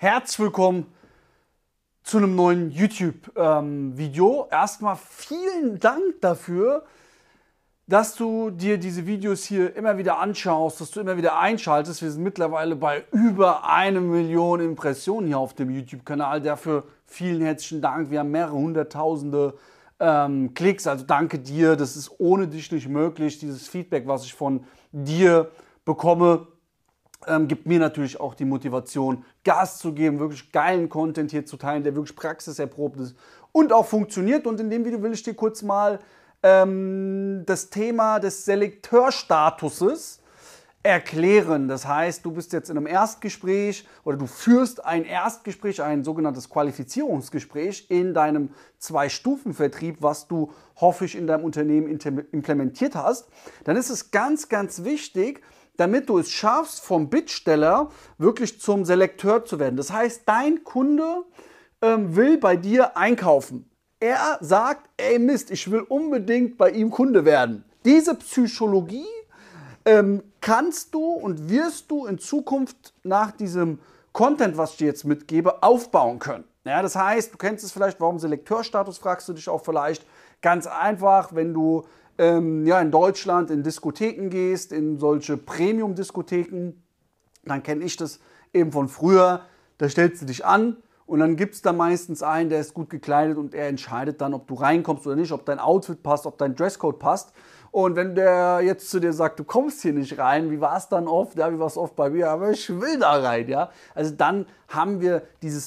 Herzlich willkommen zu einem neuen YouTube-Video. Erstmal vielen Dank dafür, dass du dir diese Videos hier immer wieder anschaust, dass du immer wieder einschaltest. Wir sind mittlerweile bei über 1 Million Impressionen hier auf dem YouTube-Kanal. Dafür vielen herzlichen Dank. Wir haben mehrere hunderttausende Klicks. Also danke dir. Das ist ohne dich nicht möglich. Dieses Feedback, was ich von dir bekomme, gibt mir natürlich auch die Motivation, Gas zu geben, wirklich geilen Content hier zu teilen, der wirklich praxiserprobt ist und auch funktioniert. Und in dem Video will ich dir kurz mal das Thema des Selekteurstatuses erklären. Das heißt, du bist jetzt in einem Erstgespräch oder du führst ein Erstgespräch, ein sogenanntes Qualifizierungsgespräch in deinem 2-Stufen-Vertrieb, was du, hoffe ich, in deinem Unternehmen implementiert hast. Dann ist es ganz, ganz wichtig, damit du es schaffst, vom Bittsteller wirklich zum Selekteur zu werden. Das heißt, dein Kunde will bei dir einkaufen. Er sagt, ey Mist, ich will unbedingt bei ihm Kunde werden. Diese Psychologie kannst du und wirst du in Zukunft nach diesem Content, was ich dir jetzt mitgebe, aufbauen können. Ja, das heißt, du kennst es vielleicht, warum Selekteurstatus, fragst du dich auch vielleicht. Ganz einfach, wenn du in Deutschland in Diskotheken gehst, in solche Premium-Diskotheken, dann kenne ich das eben von früher, da stellst du dich an und dann gibt es da meistens einen, der ist gut gekleidet und er entscheidet dann, ob du reinkommst oder nicht, ob dein Outfit passt, ob dein Dresscode passt. Und wenn der jetzt zu dir sagt, du kommst hier nicht rein, wie war es dann oft? Ja, wie war es oft bei mir? Aber ich will da rein, ja. Also dann haben wir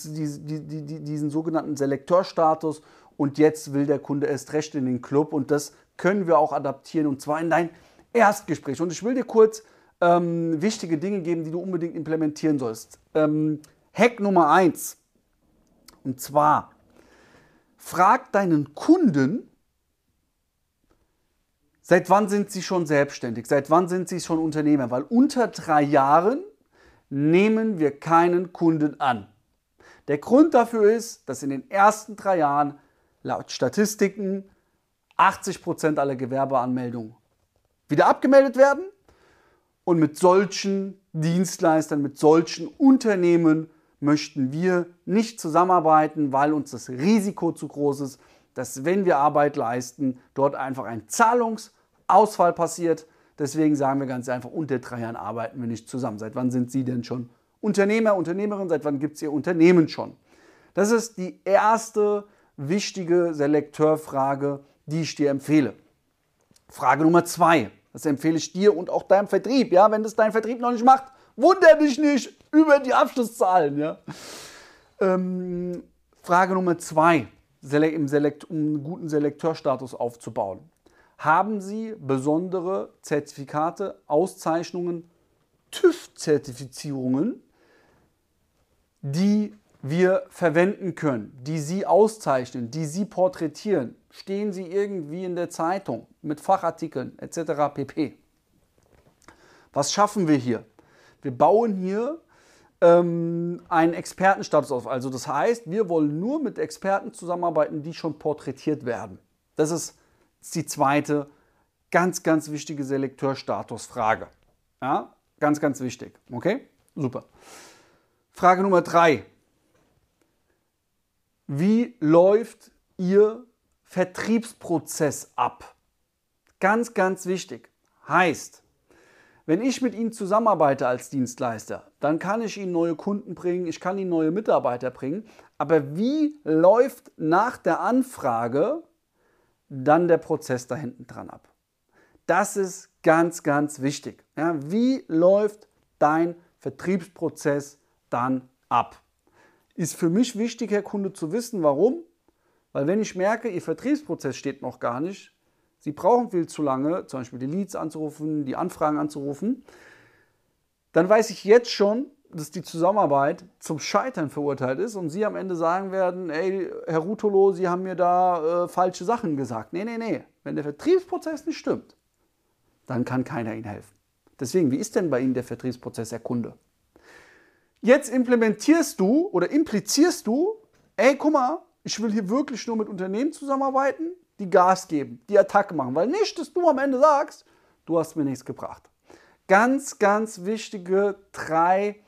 diesen sogenannten Selekteurstatus und jetzt will der Kunde erst recht in den Club und das können wir auch adaptieren und zwar in dein Erstgespräch. Und ich will dir kurz wichtige Dinge geben, die du unbedingt implementieren sollst. Hack Nummer 1. Und zwar, frag deinen Kunden, seit wann sind sie schon selbstständig, seit wann sind sie schon Unternehmer, weil unter 3 Jahren nehmen wir keinen Kunden an. Der Grund dafür ist, dass in den ersten 3 Jahren laut Statistiken 80% aller Gewerbeanmeldungen wieder abgemeldet werden und mit solchen Dienstleistern, mit solchen Unternehmen möchten wir nicht zusammenarbeiten, weil uns das Risiko zu groß ist, dass wenn wir Arbeit leisten, dort einfach ein Zahlungsausfall passiert. Deswegen sagen wir ganz einfach, unter 3 Jahren arbeiten wir nicht zusammen. Seit wann sind Sie denn schon Unternehmer, Unternehmerin? Seit wann gibt es Ihr Unternehmen schon? Das ist die erste wichtige Selekteurfrage, die ich dir empfehle. Frage Nummer 2, das empfehle ich dir und auch deinem Vertrieb. Ja? Wenn das dein Vertrieb noch nicht macht, wundere dich nicht über die Abschlusszahlen. Ja? Frage Nummer 2, um einen guten Selekteurstatus aufzubauen. Haben Sie besondere Zertifikate, Auszeichnungen, TÜV-Zertifizierungen, die wir verwenden können, die Sie auszeichnen, die Sie porträtieren? Stehen Sie irgendwie in der Zeitung mit Fachartikeln etc. pp. Was schaffen wir hier? Wir bauen hier einen Expertenstatus auf. Also das heißt, wir wollen nur mit Experten zusammenarbeiten, die schon porträtiert werden. Das ist die zweite ganz, ganz wichtige Selekteurstatusfrage. Ja, ganz, ganz wichtig. Okay? Super. Frage Nummer 3. Wie läuft Ihr Vertriebsprozess ab? Ganz, ganz wichtig. Heißt, wenn ich mit Ihnen zusammenarbeite als Dienstleister, dann kann ich Ihnen neue Kunden bringen, ich kann Ihnen neue Mitarbeiter bringen. Aber wie läuft nach der Anfrage dann der Prozess da hinten dran ab? Das ist ganz, ganz wichtig. Ja, wie läuft dein Vertriebsprozess dann ab? Ist für mich wichtig, Herr Kunde, zu wissen, warum. Weil wenn ich merke, Ihr Vertriebsprozess steht noch gar nicht, Sie brauchen viel zu lange, zum Beispiel die Leads anzurufen, die Anfragen anzurufen, dann weiß ich jetzt schon, dass die Zusammenarbeit zum Scheitern verurteilt ist und Sie am Ende sagen werden, ey, Herr Ruotolo, Sie haben mir da falsche Sachen gesagt. Nee. Wenn der Vertriebsprozess nicht stimmt, dann kann keiner Ihnen helfen. Deswegen, wie ist denn bei Ihnen der Vertriebsprozess, Herr Kunde? Jetzt implementierst du oder implizierst du, ey, guck mal, ich will hier wirklich nur mit Unternehmen zusammenarbeiten, die Gas geben, die Attacke machen. Weil nicht, dass du am Ende sagst, du hast mir nichts gebracht. Ganz, ganz wichtige 3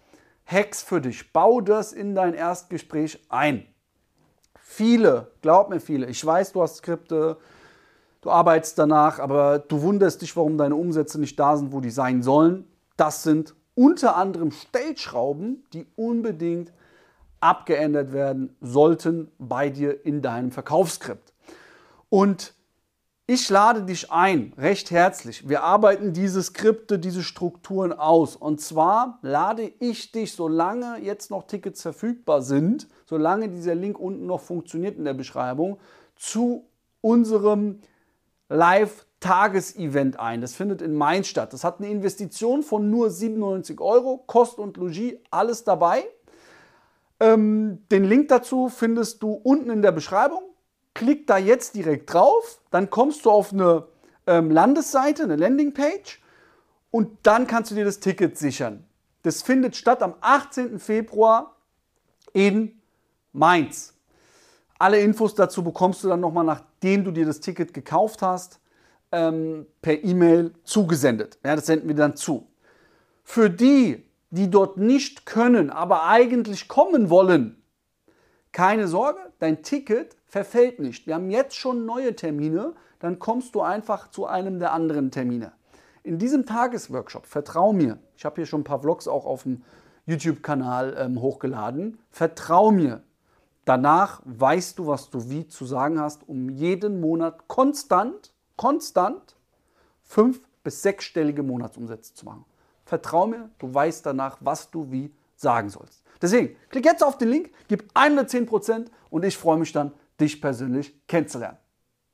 Hacks für dich. Bau das in dein Erstgespräch ein. Viele, glaub mir viele, ich weiß, du hast Skripte, du arbeitest danach, aber du wunderst dich, warum deine Umsätze nicht da sind, wo die sein sollen. Das sind unter anderem Stellschrauben, die unbedingt abgeändert werden sollten bei dir in deinem Verkaufsskript. Und ich lade dich ein, recht herzlich. Wir arbeiten diese Skripte, diese Strukturen aus. Und zwar lade ich dich, solange jetzt noch Tickets verfügbar sind, solange dieser Link unten noch funktioniert in der Beschreibung, zu unserem Live-Tagesevent ein. Das findet in Mainz statt. Das hat eine Investition von nur 97 €, Kost und Logis, alles dabei. Den Link dazu findest du unten in der Beschreibung. Klick da jetzt direkt drauf, dann kommst du auf eine Landesseite, eine Landingpage und dann kannst du dir das Ticket sichern. Das findet statt am 18. Februar in Mainz. Alle Infos dazu bekommst du dann nochmal, nachdem du dir das Ticket gekauft hast, per E-Mail zugesendet. Ja, das senden wir dann zu. Für die, die dort nicht können, aber eigentlich kommen wollen, keine Sorge, dein Ticket verfällt nicht. Wir haben jetzt schon neue Termine, dann kommst du einfach zu einem der anderen Termine. In diesem Tagesworkshop, vertrau mir, ich habe hier schon ein paar Vlogs auch auf dem YouTube-Kanal hochgeladen, vertrau mir, danach weißt du, was du wie zu sagen hast, um jeden Monat konstant 5- bis 6-stellige Monatsumsätze zu machen. Vertrau mir, du weißt danach, was du wie sagen sollst. Deswegen, klick jetzt auf den Link, gib 110% und ich freue mich dann, dich persönlich kennenzulernen.